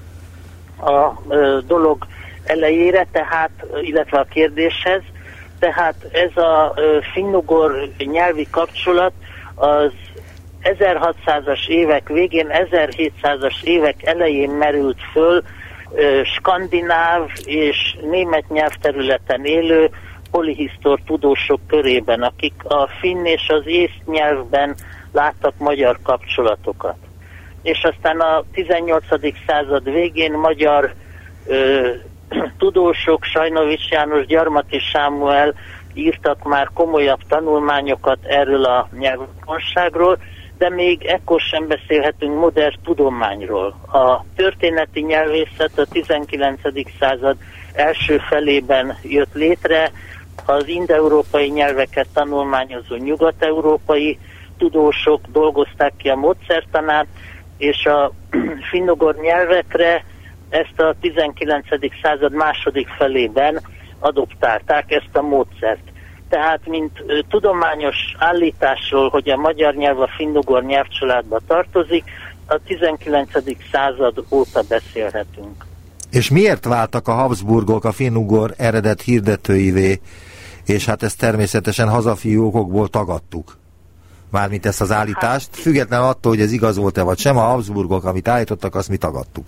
a ö, dolog elejére, tehát, illetve a kérdéshez, tehát ez a ö, finnugor nyelvi kapcsolat az ezerhatszázas évek végén, ezerhétszázas évek elején merült föl ö, skandináv és német nyelvterületen élő polihisztor tudósok körében, akik a finn és az észt nyelvben láttak magyar kapcsolatokat. És aztán a tizennyolcadik század végén magyar ö, tudósok, Sajnovics János, Gyarmati Sámuel írtak már komolyabb tanulmányokat erről a nyelvtanságról, de még ekkor sem beszélhetünk modern tudományról. A történeti nyelvészet a tizenkilencedik század első felében jött létre, az indoeurópai nyelveket tanulmányozó nyugat-európai tudósok dolgozták ki a módszertanát, és a finnugor nyelvekre ezt a tizenkilencedik század második felében adoptálták ezt a módszert. Tehát, mint ö, tudományos állításról, hogy a magyar nyelv a finnugor nyelvcsaládba tartozik, a tizenkilencedik század óta beszélhetünk. És miért váltak a Habsburgok a finnugor eredet hirdetőivé, és hát ezt természetesen hazafiú okokból tagadtuk? Mármint ezt az állítást, hát, független attól, hogy ez igaz volt-e vagy sem, a Habsburgok, amit állítottak, azt mi tagadtuk.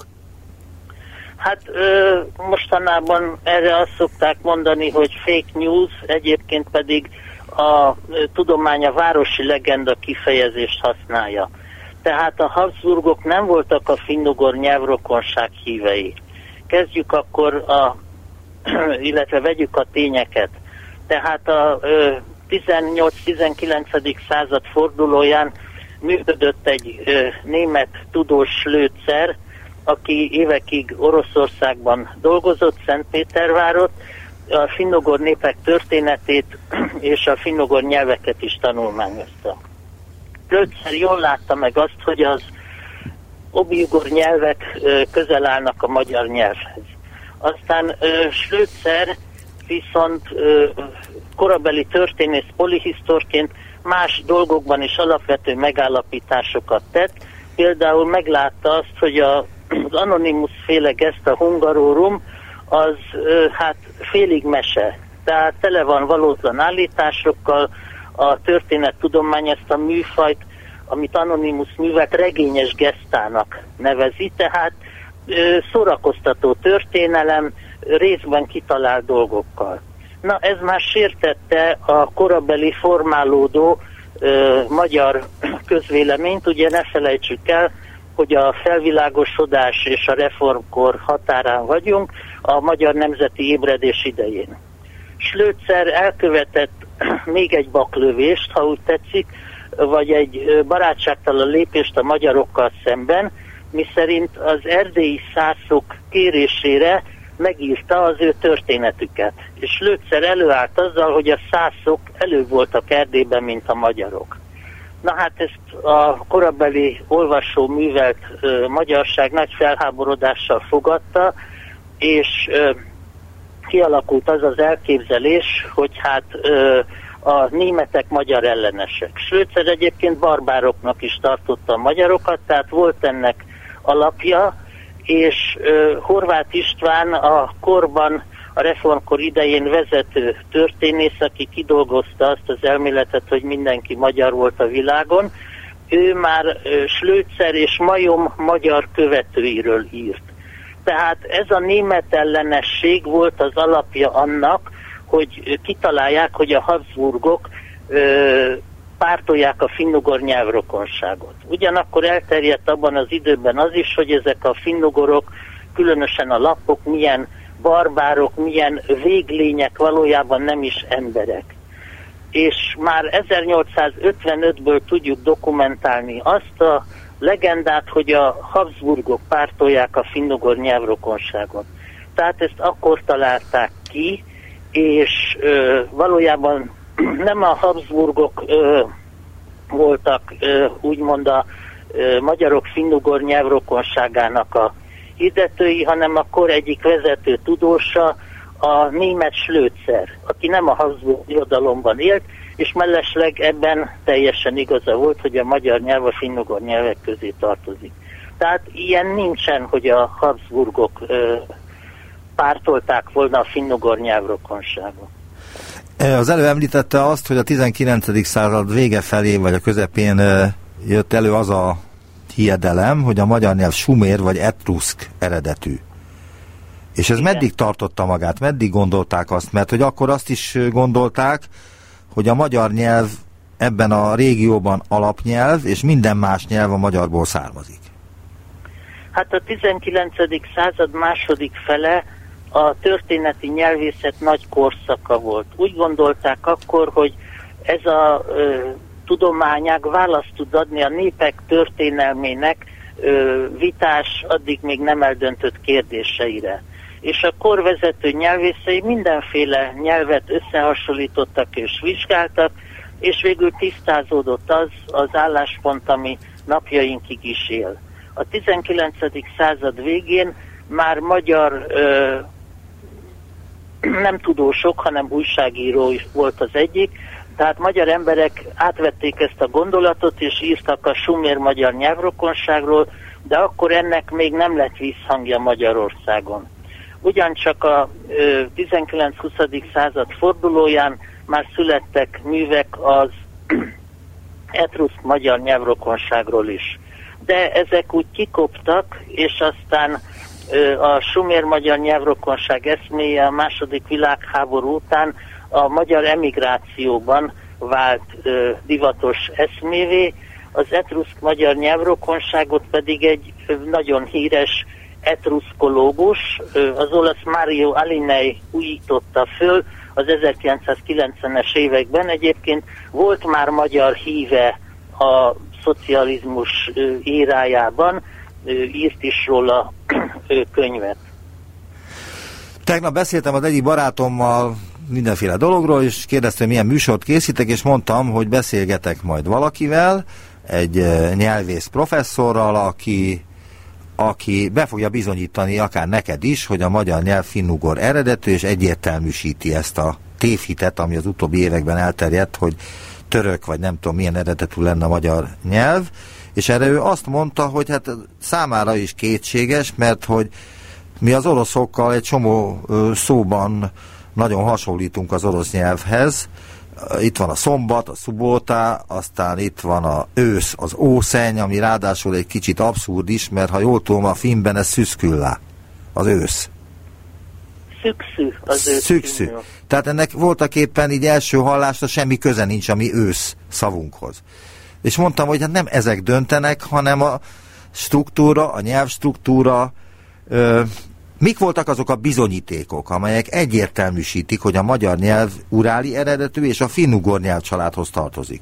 Hát ö, mostanában erre azt szokták mondani, hogy fake news, egyébként pedig a ö, tudomány a városi legenda kifejezést használja. Tehát a Habsburgok nem voltak a finnugor nyelvrokonság hívei. Kezdjük akkor a, illetve vegyük a tényeket. Tehát a ö, tizennyolc-tizenkilencedik század fordulóján működött egy ö, német tudós Slözer, aki évekig Oroszországban dolgozott, Szentpétervárot, a finnugor népek történetét és a finnugor nyelveket is tanulmányozta. Slözer jól látta meg azt, hogy az obi-ugor nyelvek ö, közel állnak a magyar nyelvhez. Aztán ö, Slözer viszont ö, korabeli történész polihisztorként más dolgokban is alapvető megállapításokat tett. Például meglátta azt, hogy a, az Anonymous féle gesta hungarorum az ö, hát félig mese. Tehát tele van valótlan állításokkal, a történettudomány ezt a műfajt, amit Anonymous művelt, regényes gesztának nevezi, tehát ö, szórakoztató történelem, részben kitalált dolgokkal. Na, ez már sértette a korabeli formálódó ö, magyar közvéleményt. Ugye ne felejtsük el, hogy a felvilágosodás és a reformkor határán vagyunk, a magyar nemzeti ébredés idején. Slözer elkövetett még egy baklövést, ha úgy tetszik, vagy egy barátságtalan lépést a magyarokkal szemben, miszerint az erdélyi szászok kérésére megírta az ő történetüket. És Slözer előállt azzal, hogy a szászok előbb voltak Erdélyben, mint a magyarok. Na hát ezt a korabeli olvasó művelt ö, magyarság nagy felháborodással fogadta, és ö, kialakult az az elképzelés, hogy hát ö, a németek magyar ellenesek. Slözer egyébként barbároknak is tartotta a magyarokat, tehát volt ennek alapja, és uh, Horváth István a korban, a reformkor idején vezető történész, aki kidolgozta azt az elméletet, hogy mindenki magyar volt a világon, ő már uh, Schlözer és Majom magyar követőiről írt. Tehát ez a német ellenesség volt az alapja annak, hogy kitalálják, hogy a Habsburgok ö, pártolják a finnugor nyelvrokonságot. Ugyanakkor elterjedt abban az időben az is, hogy ezek a finnugorok, különösen a lappok, milyen barbárok, milyen véglények, valójában nem is emberek. És már ezernyolcszázötvenötből tudjuk dokumentálni azt a legendát, hogy a Habsburgok pártolják a finnugor nyelvrokonságot. Tehát ezt akkor találták ki, és ö, valójában nem a Habsburgok ö, voltak ö, úgymond a ö, magyarok finnugor nyelvrokonságának a hirdetői, hanem akkor egyik vezető tudósa, a német Schlözer, aki nem a Habsburg irodalomban élt, és mellesleg ebben teljesen igaza volt, hogy a magyar nyelv a finnugor nyelvek közé tartozik. Tehát ilyen nincsen, hogy a Habsburgok ö, pártolták volna a finnugor nyelvrokonságot. Az előbb említette azt, hogy a tizenkilencedik század vége felé, vagy a közepén jött elő az a hiedelem, hogy a magyar nyelv sumér vagy etruszk eredetű. És ez igen. Meddig tartotta magát? Meddig gondolták azt? Mert hogy akkor azt is gondolták, hogy a magyar nyelv ebben a régióban alapnyelv, és minden más nyelv a magyarból származik. Hát a tizenkilencedik század második fele a történeti nyelvészet nagy korszaka volt. Úgy gondolták akkor, hogy ez a ö, tudományág választ tud adni a népek történelmének ö, vitás, addig még nem eldöntött kérdéseire. És a korvezető nyelvészei mindenféle nyelvet összehasonlítottak és vizsgáltak, és végül tisztázódott az az álláspont, ami napjainkig is él. A tizenkilencedik század végén már magyar ö, nem tudósok, hanem újságíró is volt az egyik, tehát magyar emberek átvették ezt a gondolatot, és írtak a sumér magyar nyelvrokonságról, de akkor ennek még nem lett vízhangja Magyarországon. Ugyancsak a tizenkilenc-huszadik század fordulóján már születtek művek az etruszk magyar nyelvrokonságról is. De ezek úgy kikoptak, és aztán a sumér magyar nyelvrokonság eszméje a második világháború után a magyar emigrációban vált ö, divatos eszmévé, az etruszk magyar nyelvrokonságot pedig egy ö, nagyon híres etruszkológus, ö, az olasz Mario Alinei újította föl az ezerkilencszázkilencvenes években. Egyébként volt már magyar híve a szocializmus ö, érájában, ö, írt is róla ö, könyvet. Tegnap beszéltem az egyik barátommal mindenféle dologról, és kérdeztem, milyen műsort készítek, és mondtam, hogy beszélgetek majd valakivel, egy nyelvész professzorral, aki, aki be fogja bizonyítani akár neked is, hogy a magyar nyelv finnugor eredetű, és egyértelműsíti ezt a tévhitet, ami az utóbbi években elterjedt, hogy török, vagy nem tudom milyen eredetű lenne a magyar nyelv, és erre ő azt mondta, hogy hát számára is kétséges, mert hogy mi az oroszokkal egy csomó szóban nagyon hasonlítunk az orosz nyelvhez. Itt van a szombat, a szubóta, aztán itt van a ősz, az ószeny, ami ráadásul egy kicsit abszurd is, mert ha jól tudom, a filmben ez szüszküllá, az ősz. Szükszű az ősz. Szükszű. Tehát ennek voltaképpen így első hallásra semmi köze nincs a mi ősz szavunkhoz. És mondtam, hogy hát nem ezek döntenek, hanem a struktúra, a nyelvstruktúra. Ö, mik voltak azok a bizonyítékok, amelyek egyértelműsítik, hogy a magyar nyelv uráli eredetű és a finnugor nyelvcsaládhoz tartozik?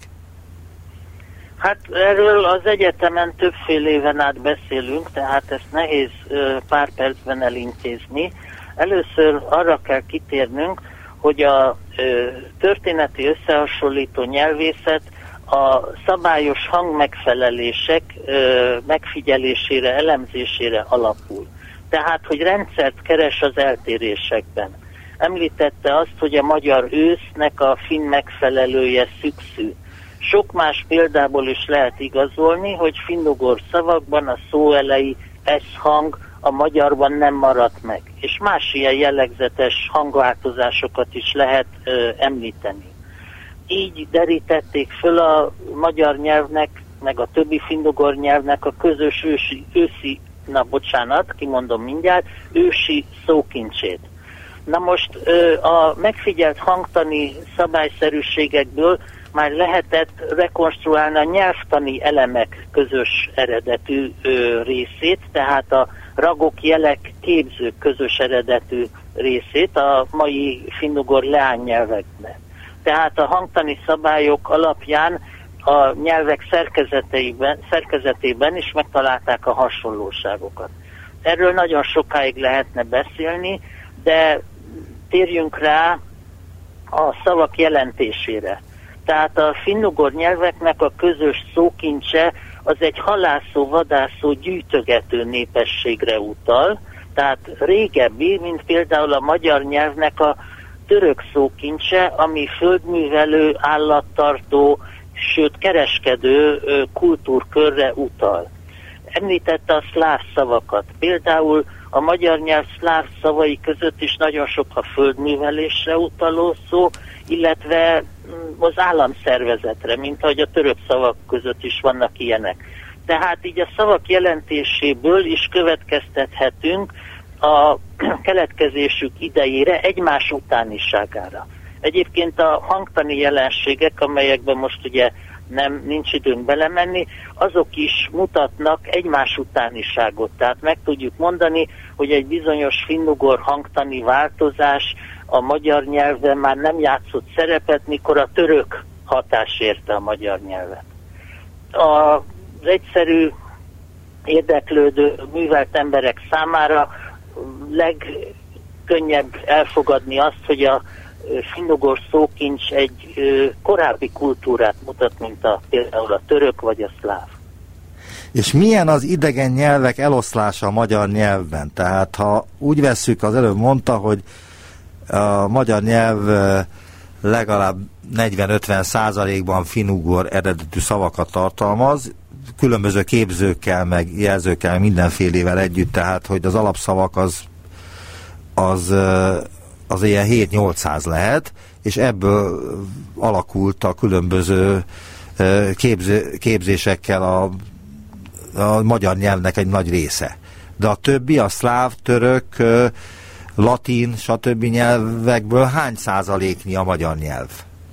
Hát erről az egyetemen többféle éven át beszélünk, tehát ezt nehéz ö, pár percben elintézni. Először arra kell kitérnünk, hogy a ö, történeti összehasonlító nyelvészet a szabályos hangmegfelelések ö, megfigyelésére, elemzésére alapul. Tehát, hogy rendszert keres az eltérésekben. Említette azt, hogy a magyar ősznek a finn megfelelője szükszű. Sok más példából is lehet igazolni, hogy finnugor szavakban a szóelei esz hang a magyarban nem maradt meg. És más ilyen jellegzetes hangváltozásokat is lehet ö, említeni. Így derítették föl a magyar nyelvnek, meg a többi finnugor nyelvnek a közös ősi, őszi, na bocsánat, kimondom mindjárt, ősi szókincsét. Na most ö, a megfigyelt hangtani szabályszerűségekből már lehetett rekonstruálni a nyelvtani elemek közös eredetű ö, részét, tehát a ragok, jelek, képzők közös eredetű részét a mai finnugor leánynyelvekben. Tehát a hangtani szabályok alapján a nyelvek szerkezeteiben, szerkezetében is megtalálták a hasonlóságokat. Erről nagyon sokáig lehetne beszélni, de térjünk rá a szavak jelentésére. Tehát a finnugor nyelveknek a közös szókincse az egy halászó, vadászó, gyűjtögető népességre utal, tehát régebbi, mint például a magyar nyelvnek a török szókincse, ami földművelő, állattartó, sőt kereskedő kultúrkörre utal. Említette a szláv szavakat. Például a magyar nyelv szláv szavai között is nagyon sok a földművelésre utaló szó, illetve az államszervezetre, mint ahogy a török szavak között is vannak ilyenek. Tehát így a szavak jelentéséből is következtethetünk a keletkezésük idejére, egymás utániságára. Egyébként a hangtani jelenségek, amelyekben most ugye nem, nincs időnk belemenni, azok is mutatnak egymás utániságot. Tehát meg tudjuk mondani, hogy egy bizonyos finnugor hangtani változás a magyar nyelvben már nem játszott szerepet, mikor a török hatás érte a magyar nyelvet. Az egyszerű, érdeklődő, művelt emberek számára legkönnyebb elfogadni azt, hogy a finnugor szókincs egy korábbi kultúrát mutat, mint a, például a török vagy a szláv. És milyen az idegen nyelvek eloszlása a magyar nyelvben? Tehát ha úgy vesszük, az előbb mondta, hogy a magyar nyelv legalább negyven-ötven százalékban finnugor eredetű szavakat tartalmaz, különböző képzőkkel, meg jelzőkkel, mindenfélével együtt, tehát hogy az alapszavak az, az, az ilyen hét-nyolcszáz lehet, és ebből alakult a különböző képző, képzésekkel a, a magyar nyelvnek egy nagy része. De a többi, a szláv, török, latin, stb. Nyelvekből hány százaléknyi a magyar nyelv?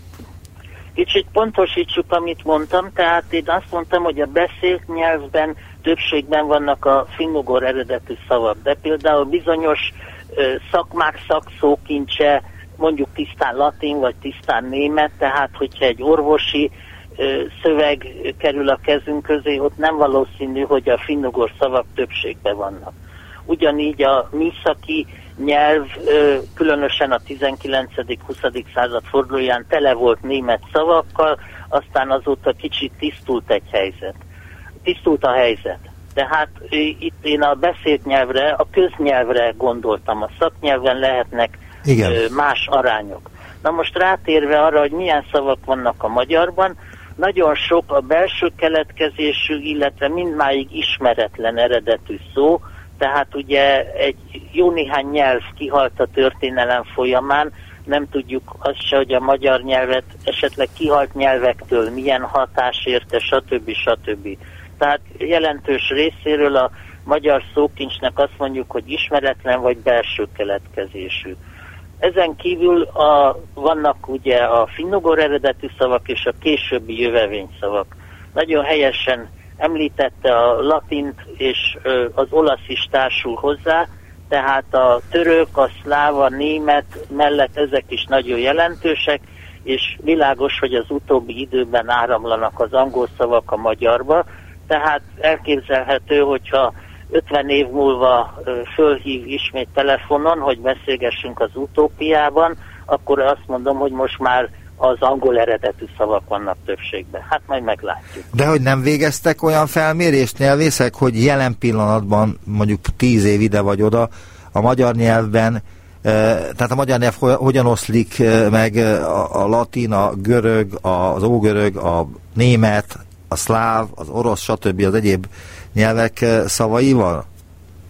Kicsit pontosítsuk, amit mondtam, tehát én azt mondtam, hogy a beszélt nyelvben többségben vannak a finnugor eredetű szavak, de például bizonyos ö, szakmák szakszókincse, mondjuk tisztán latin vagy tisztán német, tehát hogyha egy orvosi ö, szöveg kerül a kezünk közé, ott nem valószínű, hogy a finnugor szavak többségben vannak. Ugyanígy a műszaki nyelv, különösen a tizenkilencedik-huszadik század fordulóján tele volt német szavakkal, aztán azóta kicsit tisztult egy helyzet. Tisztult a helyzet. Tehát itt én a beszélt nyelvre, a köznyelvre gondoltam, a szaknyelven lehetnek Igen. más arányok. Na most rátérve arra, hogy milyen szavak vannak a magyarban, nagyon sok a belső keletkezésű, illetve mindmáig ismeretlen eredetű szó, tehát ugye egy jó néhány nyelv kihalt a történelem folyamán, nem tudjuk azt se, hogy a magyar nyelvet esetleg kihalt nyelvektől milyen hatás érte, stb. stb. Tehát jelentős részéről a magyar szókincsnek azt mondjuk, hogy ismeretlen vagy belső keletkezésű. Ezen kívül a, vannak ugye a finnugor eredetű szavak és a későbbi jövevényszavak. Nagyon helyesen említette a latint, és ö, az olasz is társul hozzá, tehát a török, a szláv, a német mellett ezek is nagyon jelentősek, és világos, hogy az utóbbi időben áramlanak az angol szavak a magyarba, tehát elképzelhető, hogyha ötven év múlva ö, fölhív ismét telefonon, hogy beszélgessünk az utópiában, akkor azt mondom, hogy most már az angol eredetű szavak vannak többségben. Hát majd meglátjuk. De hogy nem végeztek olyan felmérést nyelvészek, hogy jelen pillanatban, mondjuk tíz év ide vagy oda, a magyar nyelvben, tehát a magyar nyelv hogyan oszlik meg a latin, a görög, az ógörög, a német, a szláv, az orosz, stb. Az egyéb nyelvek szavaival?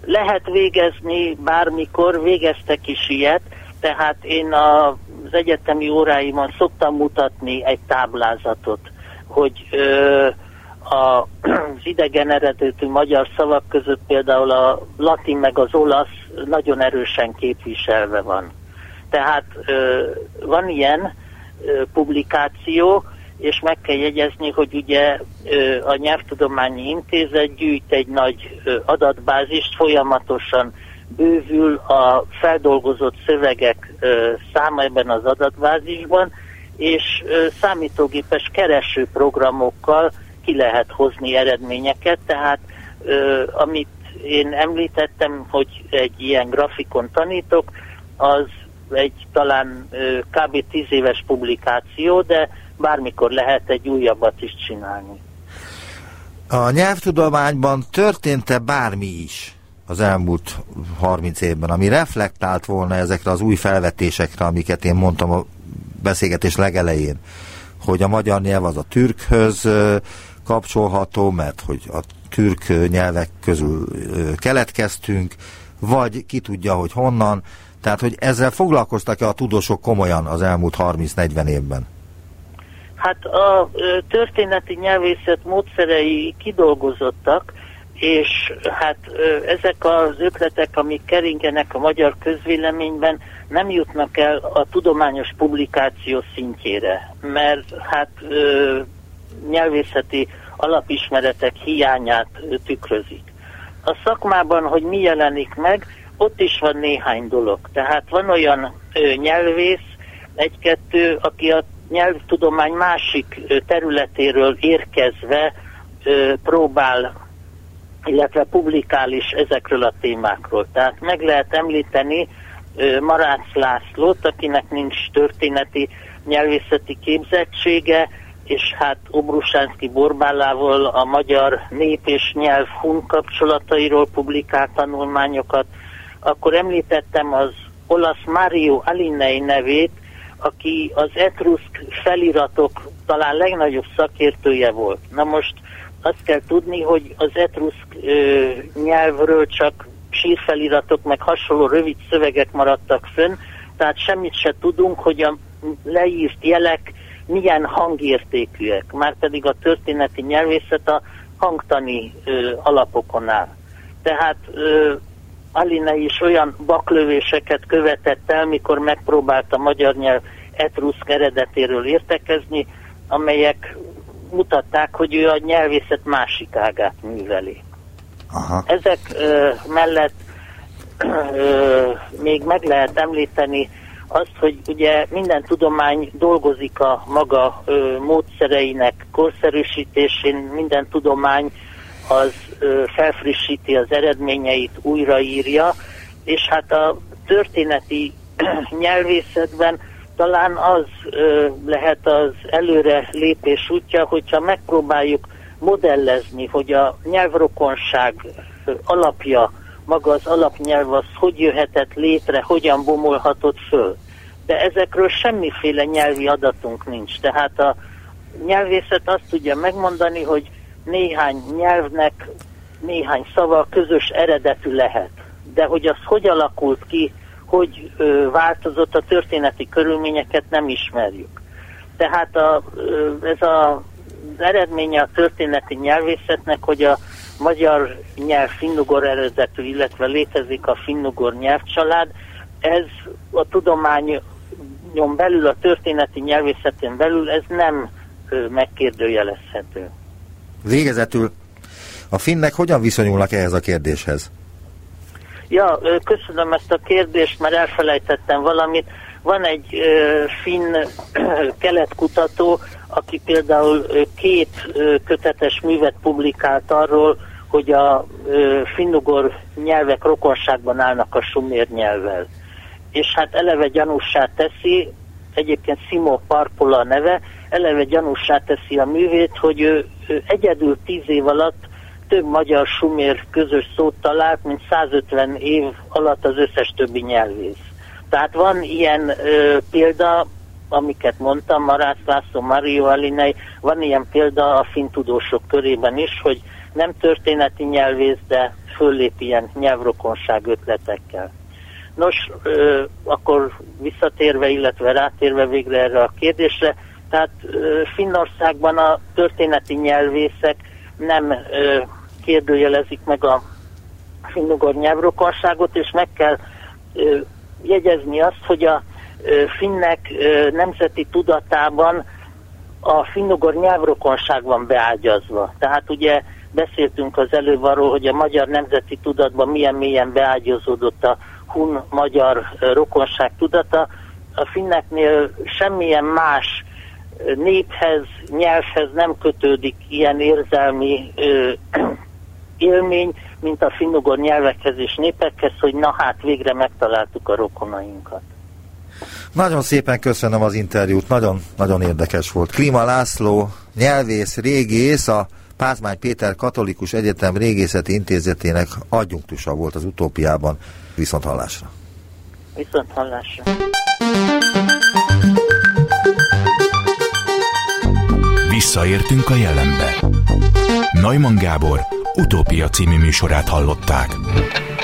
lehet végezni bármikor, végeztek is ilyet, tehát én az egyetemi óráimon szoktam mutatni egy táblázatot, hogy ö, a, az idegen eredetű magyar szavak között például a latin meg az olasz nagyon erősen képviselve van. Tehát ö, van ilyen ö, publikáció, és meg kell jegyezni, hogy ugye ö, a Nyelvtudományi Intézet gyűjt egy nagy ö, adatbázist, folyamatosan bővül a feldolgozott szövegek ö, száma ebben az adatbázisban, és ö, számítógépes keresőprogramokkal ki lehet hozni eredményeket, tehát ö, amit én említettem, hogy egy ilyen grafikon tanítok, az egy talán ö, kb. tíz éves publikáció, de bármikor lehet egy újabbat is csinálni. A nyelvtudományban történt-e bármi is az elmúlt harminc évben, ami reflektált volna ezekre az új felvetésekre, amiket én mondtam a beszélgetés legelején, hogy a magyar nyelv az a türkhöz kapcsolható, mert hogy a türk nyelvek közül keletkeztünk, vagy ki tudja, hogy honnan, tehát hogy ezzel foglalkoztak-e a tudósok komolyan az elmúlt harminc-negyven évben? Hát a történeti nyelvészet módszerei kidolgozottak, és hát ezek az ötletek, amik keringenek a magyar közvéleményben, nem jutnak el a tudományos publikáció szintjére, mert hát nyelvészeti alapismeretek hiányát tükrözik. A szakmában, hogy mi jelenik meg, ott is van néhány dolog. Tehát van olyan nyelvész, egy-kettő, aki a nyelvtudomány másik területéről érkezve próbál, illetve publikál is ezekről a témákról. Tehát meg lehet említeni Marács Lászlót, akinek nincs történeti nyelvészeti képzettsége, és hát Obrusánszky Borbálával a magyar nép és nyelv hun kapcsolatairól publikált tanulmányokat. Akkor említettem az olasz Mario Alinei nevét, aki az etruszk feliratok talán legnagyobb szakértője volt. Na most azt kell tudni, hogy az etruszk ö, nyelvről csak sírfeliratok, meg hasonló rövid szövegek maradtak fönn, tehát semmit se tudunk, hogy a leírt jelek milyen hangértékűek, márpedig a történeti nyelvészet a hangtani ö, alapokon áll. Tehát ö, Alinei is olyan baklövéseket követett el, mikor megpróbálta a magyar nyelv etruszk eredetéről értekezni, amelyek mutatták, hogy ő a nyelvészet másik ágát műveli. Aha. Ezek ö, mellett ö, még meg lehet említeni azt, hogy ugye minden tudomány dolgozik a maga ö, módszereinek korszerűsítésén, minden tudomány az ö, felfrissíti az eredményeit, újraírja, és hát a történeti nyelvészetben talán az ö, lehet az előre lépés útja, hogyha megpróbáljuk modellezni, hogy a nyelvrokonság ö, alapja, maga az alapnyelv az hogy jöhetett létre, hogyan bomolhatott föl. De ezekről semmiféle nyelvi adatunk nincs. Tehát a nyelvészet azt tudja megmondani, hogy néhány nyelvnek néhány szava közös eredetű lehet. De hogy az hogy alakult ki, hogy ö, változott, a történeti körülményeket nem ismerjük. Tehát a, ö, ez a, az eredménye a történeti nyelvészetnek, hogy a magyar nyelv finnugor eredetű, illetve létezik a finnugor nyelvcsalád, ez a tudományon belül, a történeti nyelvészetén belül ez nem ö, megkérdőjelezhető. Végezetül a finnek hogyan viszonyulnak ehhez a kérdéshez? Ja, köszönöm ezt a kérdést, mert elfelejtettem valamit. Van egy ö, finn ö, keletkutató, aki például ö, két ö, kötetes művet publikált arról, hogy a ö, finnugor nyelvek rokonságban állnak a sumér nyelvvel. És hát eleve gyanússá teszi, egyébként Simo Parpola neve, eleve gyanússá teszi a művét, hogy ő, ő egyedül tíz év alatt több magyar-sumér közös szót talált, mint százötven év alatt az összes többi nyelvész. Tehát van ilyen ö, példa, amiket mondtam, Marács László, Mario Alinei, van ilyen példa a finn tudósok körében is, hogy nem történeti nyelvész, de föllép ilyen nyelvrokonság ötletekkel. Nos, ö, akkor visszatérve, illetve rátérve végre erre a kérdésre, tehát ö, Finnországban a történeti nyelvészek nem ö, kérdőjelezik meg a finnugor nyelvrokonságot, és meg kell ö, jegyezni azt, hogy a ö, finnek ö, nemzeti tudatában a finnugor nyelvrokonság van beágyazva. Tehát ugye beszéltünk az előbb arról, hogy a magyar nemzeti tudatban milyen mélyen beágyazódott a hun-magyar rokonság tudata. A finneknél semmilyen más néphez, nyelvhez nem kötődik ilyen érzelmi ö, élmény, mint a finnugor nyelvekhez és népekhez, hogy na hát végre megtaláltuk a rokonainkat. Nagyon szépen köszönöm az interjút, nagyon, nagyon érdekes volt. Klima László, nyelvész, régész, a Pázmány Péter Katolikus Egyetem Régészeti Intézetének adjunktusa volt az Utópiában. Viszont hallásra. Viszont hallásra. Visszaértünk a jelenbe. Neumann Gábor Utópia című műsorát hallották.